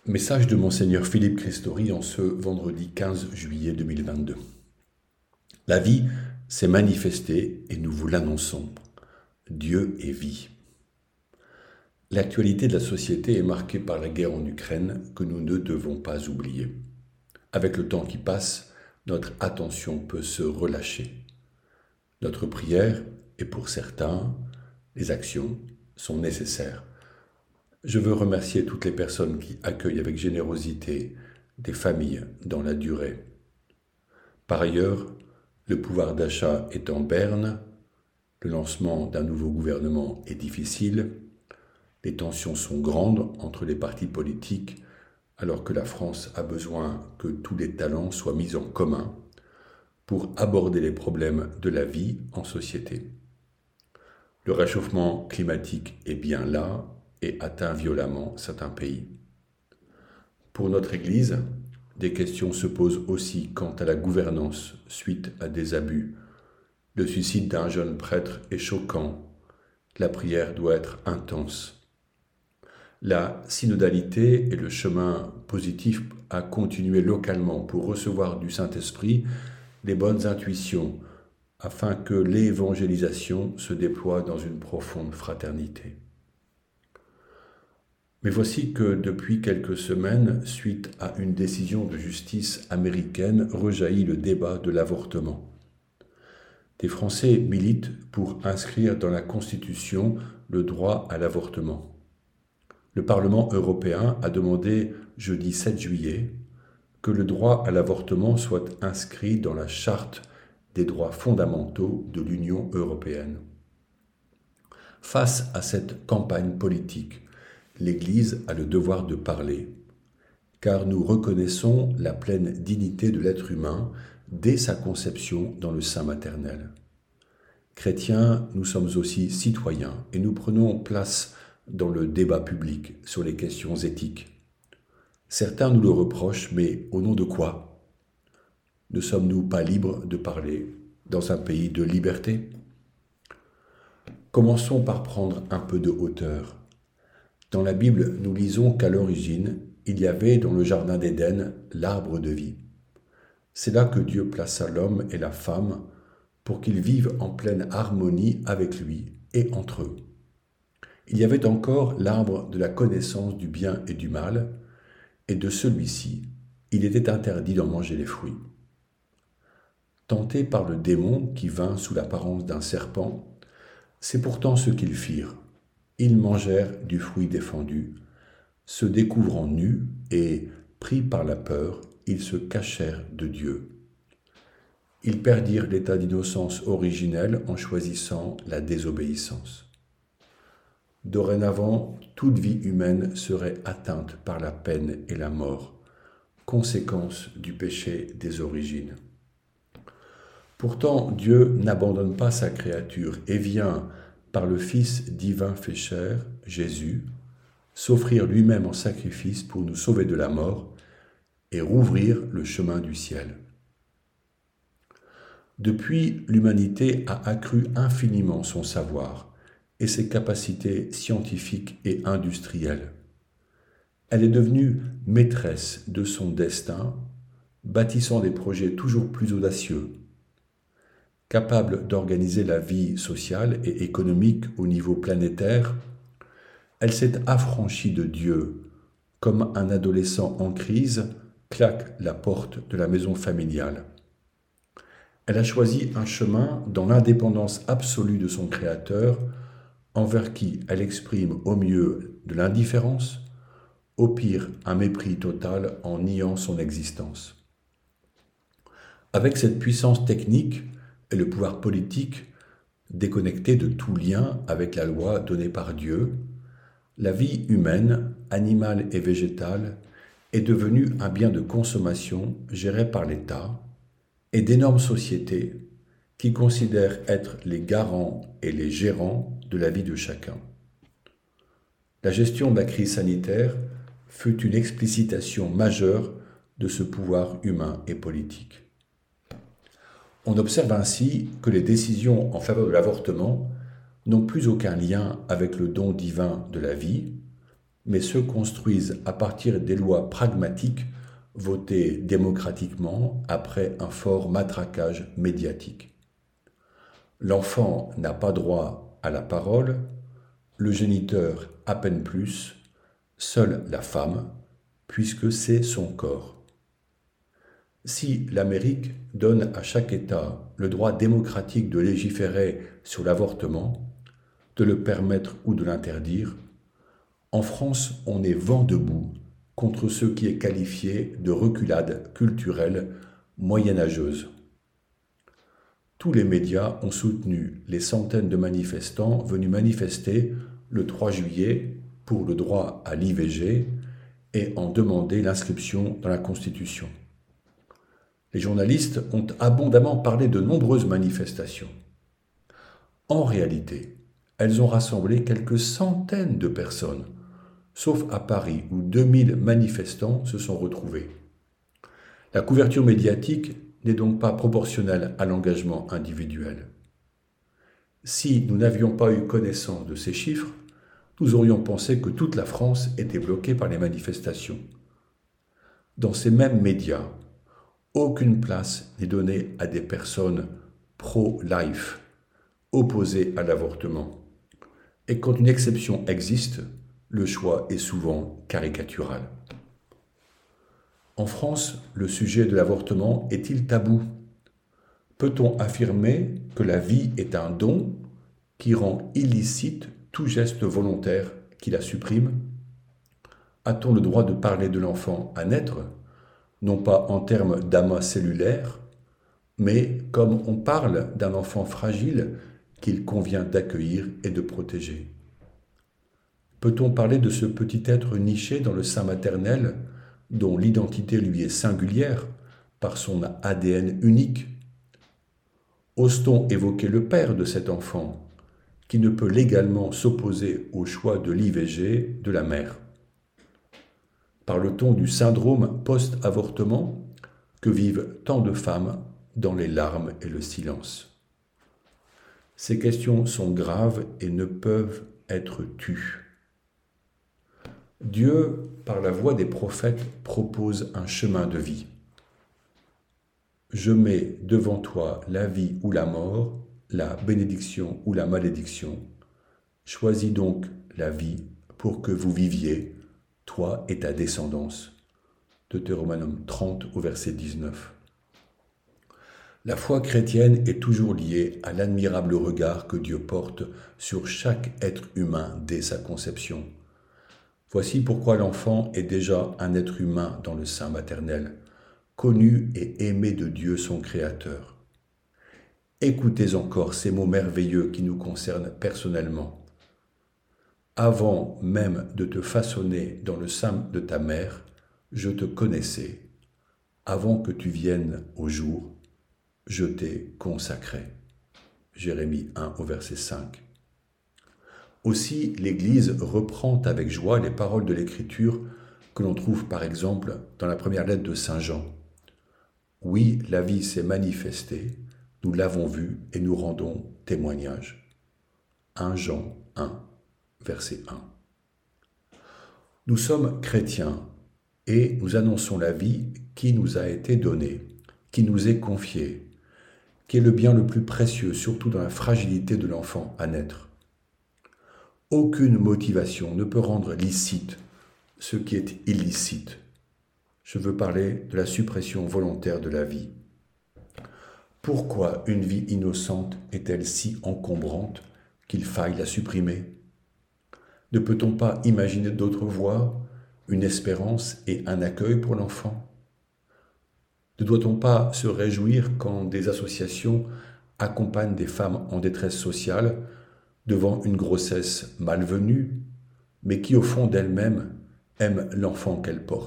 Message de Monseigneur Philippe Christori en ce vendredi 15 juillet 2022. La vie s'est manifestée et nous vous l'annonçons. Dieu est vie. L'actualité de la société est marquée par la guerre en Ukraine que nous ne devons pas oublier. Avec le temps qui passe, notre attention peut se relâcher. Notre prière, et pour certains, les actions sont nécessaires. Je veux remercier toutes les personnes qui accueillent avec générosité des familles dans la durée. Par ailleurs, le pouvoir d'achat est en berne, le lancement d'un nouveau gouvernement est difficile, les tensions sont grandes entre les partis politiques, alors que la France a besoin que tous les talents soient mis en commun pour aborder les problèmes de la vie en société. Le réchauffement climatique est bien là et atteint violemment certains pays. Pour notre Église, des questions se posent aussi quant à la gouvernance suite à des abus. Le suicide d'un jeune prêtre est choquant. La prière doit être intense. La synodalité est le chemin positif à continuer localement pour recevoir du Saint-Esprit les bonnes intuitions afin que l'évangélisation se déploie dans une profonde fraternité. Mais voici que depuis quelques semaines, suite à une décision de justice américaine, rejaillit le débat de l'avortement. Des Français militent pour inscrire dans la Constitution le droit à l'avortement. Le Parlement européen a demandé jeudi 7 juillet que le droit à l'avortement soit inscrit dans la Charte des droits fondamentaux de l'Union européenne. Face à cette campagne politique, l'Église a le devoir de parler, car nous reconnaissons la pleine dignité de l'être humain dès sa conception dans le sein maternel. Chrétiens, nous sommes aussi citoyens et nous prenons place dans le débat public sur les questions éthiques. Certains nous le reprochent, mais au nom de quoi ? Ne sommes-nous pas libres de parler dans un pays de liberté ? Commençons par prendre un peu de hauteur. Dans la Bible, nous lisons qu'à l'origine, il y avait dans le jardin d'Éden l'arbre de vie. C'est là que Dieu plaça l'homme et la femme pour qu'ils vivent en pleine harmonie avec lui et entre eux. Il y avait encore l'arbre de la connaissance du bien et du mal, et de celui-ci, il était interdit d'en manger les fruits. Tentés par le démon qui vint sous l'apparence d'un serpent, c'est pourtant ce qu'ils firent. Ils mangèrent du fruit défendu, se découvrant nus et, pris par la peur, ils se cachèrent de Dieu. Ils perdirent l'état d'innocence originel en choisissant la désobéissance. Dorénavant, toute vie humaine serait atteinte par la peine et la mort, conséquence du péché des origines. Pourtant, Dieu n'abandonne pas sa créature et vient, par le Fils divin fait chair, Jésus, s'offrir lui-même en sacrifice pour nous sauver de la mort et rouvrir le chemin du ciel. Depuis, l'humanité a accru infiniment son savoir et ses capacités scientifiques et industrielles. Elle est devenue maîtresse de son destin, bâtissant des projets toujours plus audacieux. Capable d'organiser la vie sociale et économique au niveau planétaire, elle s'est affranchie de Dieu, comme un adolescent en crise claque la porte de la maison familiale. Elle a choisi un chemin dans l'indépendance absolue de son Créateur, envers qui elle exprime au mieux de l'indifférence, au pire un mépris total en niant son existence. Avec cette puissance technique et le pouvoir politique déconnecté de tout lien avec la loi donnée par Dieu, la vie humaine, animale et végétale, est devenue un bien de consommation géré par l'État et d'énormes sociétés qui considèrent être les garants et les gérants de la vie de chacun. La gestion de la crise sanitaire fut une explicitation majeure de ce pouvoir humain et politique. On observe ainsi que les décisions en faveur de l'avortement n'ont plus aucun lien avec le don divin de la vie, mais se construisent à partir des lois pragmatiques votées démocratiquement après un fort matraquage médiatique. L'enfant n'a pas droit à la parole, le géniteur à peine plus, seule la femme, puisque c'est son corps. Si l'Amérique donne à chaque État le droit démocratique de légiférer sur l'avortement, de le permettre ou de l'interdire, en France, on est vent debout contre ce qui est qualifié de reculade culturelle moyenâgeuse. Tous les médias ont soutenu les centaines de manifestants venus manifester le 3 juillet pour le droit à l'IVG et en demander l'inscription dans la Constitution. Les journalistes ont abondamment parlé de nombreuses manifestations. En réalité, elles ont rassemblé quelques centaines de personnes, sauf à Paris où 2000 manifestants se sont retrouvés. La couverture médiatique n'est donc pas proportionnelle à l'engagement individuel. Si nous n'avions pas eu connaissance de ces chiffres, nous aurions pensé que toute la France était bloquée par les manifestations. Dans ces mêmes médias, aucune place n'est donnée à des personnes pro-life, opposées à l'avortement. Et quand une exception existe, le choix est souvent caricatural. En France, le sujet de l'avortement est-il tabou ? Peut-on affirmer que la vie est un don qui rend illicite tout geste volontaire qui la supprime ? A-t-on le droit de parler de l'enfant à naître, non pas en termes d'amas cellulaire, mais comme on parle d'un enfant fragile qu'il convient d'accueillir et de protéger ? Peut-on parler de ce petit être niché dans le sein maternel, dont l'identité lui est singulière par son ADN unique ? Ose-t-on évoquer le père de cet enfant, qui ne peut légalement s'opposer au choix de l'IVG de la mère ? Parle-t-on du syndrome post-avortement que vivent tant de femmes dans les larmes et le silence ? Ces questions sont graves et ne peuvent être tues. Dieu, par la voix des prophètes, propose un chemin de vie. Je mets devant toi la vie ou la mort, la bénédiction ou la malédiction. Choisis donc la vie pour que vous viviez, toi et ta descendance. Deutéronome 30 au verset 19. La foi chrétienne est toujours liée à l'admirable regard que Dieu porte sur chaque être humain dès sa conception. Voici pourquoi l'enfant est déjà un être humain dans le sein maternel, connu et aimé de Dieu son Créateur. Écoutez encore ces mots merveilleux qui nous concernent personnellement. Avant même de te façonner dans le sein de ta mère, je te connaissais. Avant que tu viennes au jour, je t'ai consacré. Jérémie 1 au verset 5. Aussi, l'Église reprend avec joie les paroles de l'Écriture que l'on trouve par exemple dans la première lettre de Saint Jean. Oui, la vie s'est manifestée, nous l'avons vue et nous rendons témoignage. 1 Jean 1, verset 1. Nous sommes chrétiens et nous annonçons la vie qui nous a été donnée, qui nous est confiée, qui est le bien le plus précieux, surtout dans la fragilité de l'enfant à naître. Aucune motivation ne peut rendre licite ce qui est illicite. Je veux parler de la suppression volontaire de la vie. Pourquoi une vie innocente est-elle si encombrante qu'il faille la supprimer ? Ne peut-on pas imaginer d'autres voies, une espérance et un accueil pour l'enfant ? Ne doit-on pas se réjouir quand des associations accompagnent des femmes en détresse sociale devant une grossesse malvenue, mais qui au fond d'elle-même aiment l'enfant qu'elle porte ?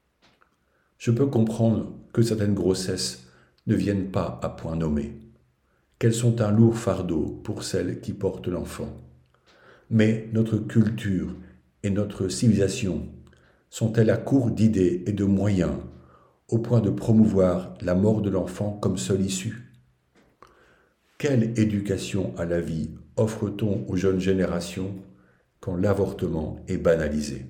Je peux comprendre que certaines grossesses ne viennent pas à point nommé, qu'elles sont un lourd fardeau pour celles qui portent l'enfant. Mais notre culture et notre civilisation sont-elles à court d'idées et de moyens au point de promouvoir la mort de l'enfant comme seule issue ? Quelle éducation à la vie offre-t-on aux jeunes générations quand l'avortement est banalisé.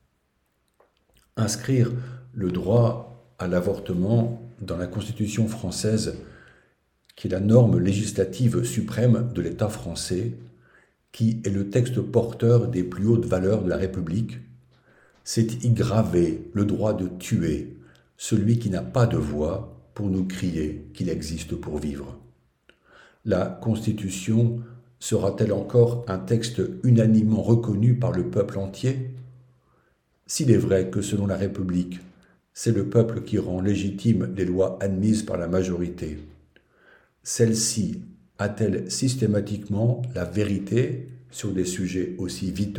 Inscrire le droit à l'avortement dans la Constitution française, qui est la norme législative suprême de l'État français, qui est le texte porteur des plus hautes valeurs de la République, c'est y graver le droit de tuer celui qui n'a pas de voix pour nous crier qu'il existe pour vivre. La Constitution sera-t-elle encore un texte unanimement reconnu par le peuple entier ? S'il est vrai que selon la République, c'est le peuple qui rend légitimes les lois admises par la majorité, celle-ci a-t-elle systématiquement la vérité sur des sujets aussi vitaux ?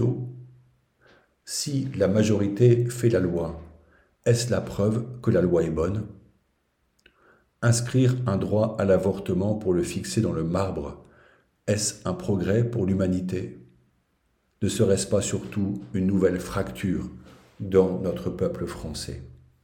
Si la majorité fait la loi, est-ce la preuve que la loi est bonne ? Inscrire un droit à l'avortement pour le fixer dans le marbre, est-ce un progrès pour l'humanité ? Ne serait-ce pas surtout une nouvelle fracture dans notre peuple français ?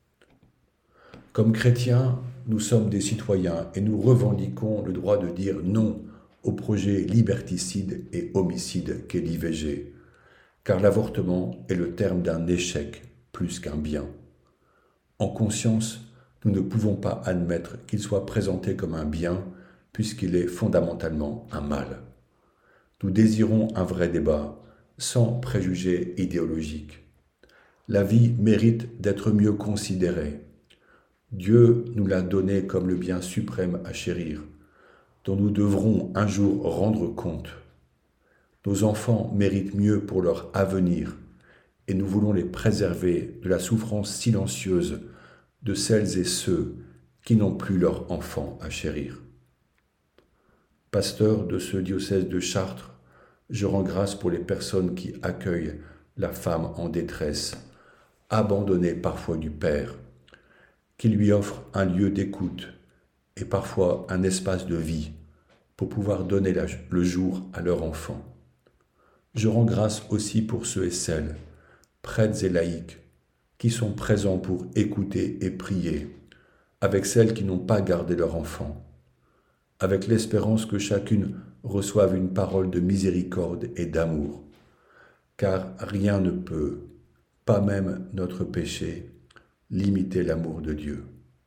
Comme chrétiens, nous sommes des citoyens et nous revendiquons le droit de dire non au projet liberticide et homicide qu'est l'IVG, car l'avortement est le terme d'un échec plus qu'un bien. En conscience, nous ne pouvons pas admettre qu'il soit présenté comme un bien, puisqu'il est fondamentalement un mal. Nous désirons un vrai débat, sans préjugés idéologiques. La vie mérite d'être mieux considérée. Dieu nous l'a donné comme le bien suprême à chérir, dont nous devrons un jour rendre compte. Nos enfants méritent mieux pour leur avenir, et nous voulons les préserver de la souffrance silencieuse de celles et ceux qui n'ont plus leurs enfants à chérir. Pasteur de ce diocèse de Chartres, je rends grâce pour les personnes qui accueillent la femme en détresse, abandonnée parfois du Père, qui lui offrent un lieu d'écoute et parfois un espace de vie pour pouvoir donner le jour à leur enfant. Je rends grâce aussi pour ceux et celles, prêtres et laïcs, qui sont présents pour écouter et prier, avec celles qui n'ont pas gardé leur enfant, avec l'espérance que chacune reçoive une parole de miséricorde et d'amour, car rien ne peut, pas même notre péché, limiter l'amour de Dieu.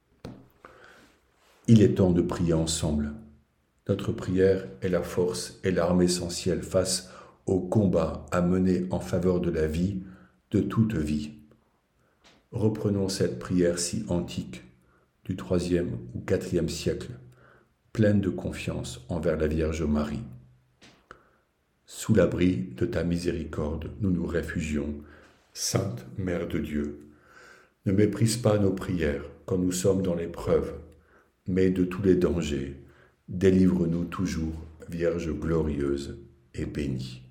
Il est temps de prier ensemble. Notre prière est la force et l'arme essentielle face au combat à mener en faveur de la vie, de toute vie. Reprenons cette prière si antique du IIIe ou IVe siècle, pleine de confiance envers la Vierge Marie. Sous l'abri de ta miséricorde, nous nous réfugions, Sainte Mère de Dieu. Ne méprise pas nos prières quand nous sommes dans l'épreuve, mais de tous les dangers, délivre-nous toujours, Vierge glorieuse et bénie.